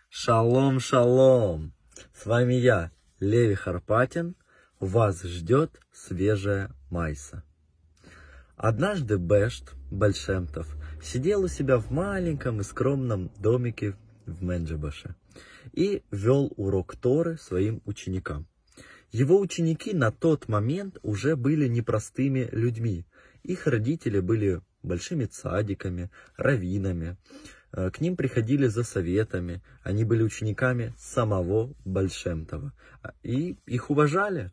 Шалом, шалом! С вами я, Леви Харпатин. Вас ждет свежая майса. Однажды Бешт Баль Шем Тов сидел у себя в маленьком и скромном домике в Менджибаше и вел урок Торы своим ученикам. Его ученики на тот момент уже были непростыми людьми. Их родители были большими цадиками, раввинами. К ним приходили за советами. Они были учениками самого Баль Шем Това. И их уважали.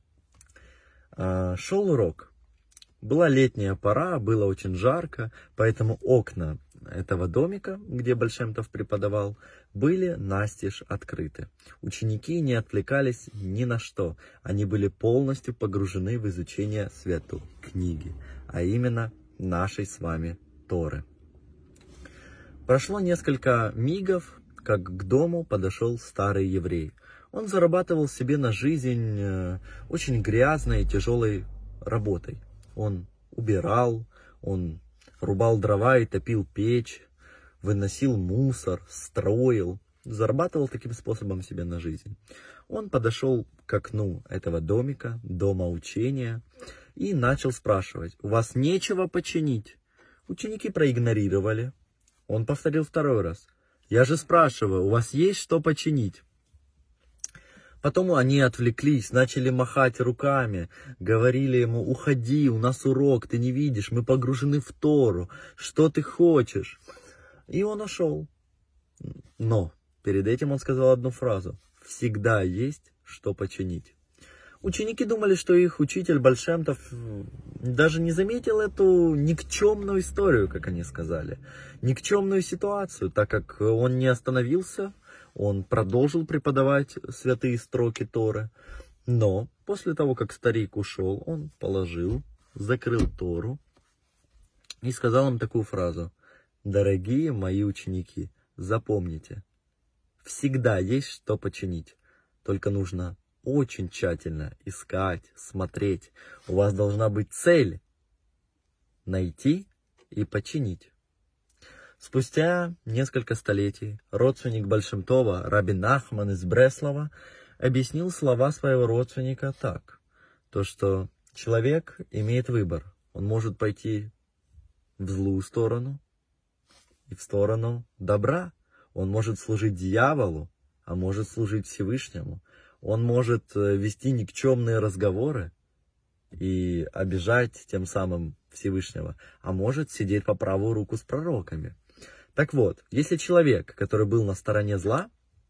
Шел урок. Была летняя пора, было очень жарко, поэтому окна этого домика, где Баль Шем Тов преподавал, были настежь открыты. Ученики не отвлекались ни на что. Они были полностью погружены в изучение святой книги, а именно нашей с вами Торы. Прошло несколько мигов, как к дому подошел старый еврей. Он зарабатывал себе на жизнь очень грязной и тяжелой работой. Он убирал, он рубал дрова и топил печь, выносил мусор, строил, зарабатывал таким способом себе на жизнь. Он подошел к окну этого домика, дома учения, и начал спрашивать: «У вас нечего починить?» Ученики проигнорировали. Он повторил второй раз: «Я же спрашиваю, у вас есть что починить?» Потом они отвлеклись, начали махать руками, говорили ему: «Уходи, у нас урок, ты не видишь, мы погружены в Тору, что ты хочешь?» И он ушел. Но перед этим он сказал одну фразу: «Всегда есть что починить». Ученики думали, что их учитель Баль Шем Тов даже не заметил эту никчемную историю, как они сказали, никчемную ситуацию, так как он не остановился, он продолжил преподавать святые строки Торы. Но после того, как старик ушел, он положил, закрыл Тору и сказал им такую фразу: «Дорогие мои ученики, запомните, всегда есть что починить, только нужно очень тщательно искать, смотреть. У вас должна быть цель — найти и починить». Спустя несколько столетий родственник Баль Шем Това, Раби Нахман из Бреслова, объяснил слова своего родственника так: то, что человек имеет выбор. Он может пойти в злую сторону и в сторону добра. Он может служить дьяволу, а может служить Всевышнему. Он может вести никчемные разговоры и обижать тем самым Всевышнего, а может сидеть по правую руку с пророками. Так вот, если человек, который был на стороне зла,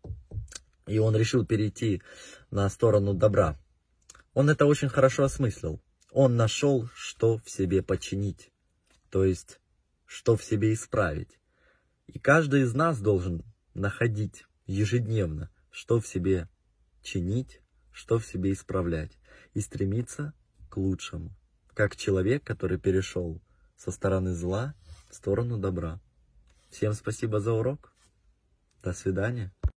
и он решил перейти на сторону добра, он это очень хорошо осмыслил. Он нашел, что в себе починить, то есть, что в себе исправить. И каждый из нас должен находить ежедневно, что в себе чинить, что в себе исправлять, и стремиться к лучшему, как человек, который перешел со стороны зла в сторону добра. Всем спасибо за урок. До свидания.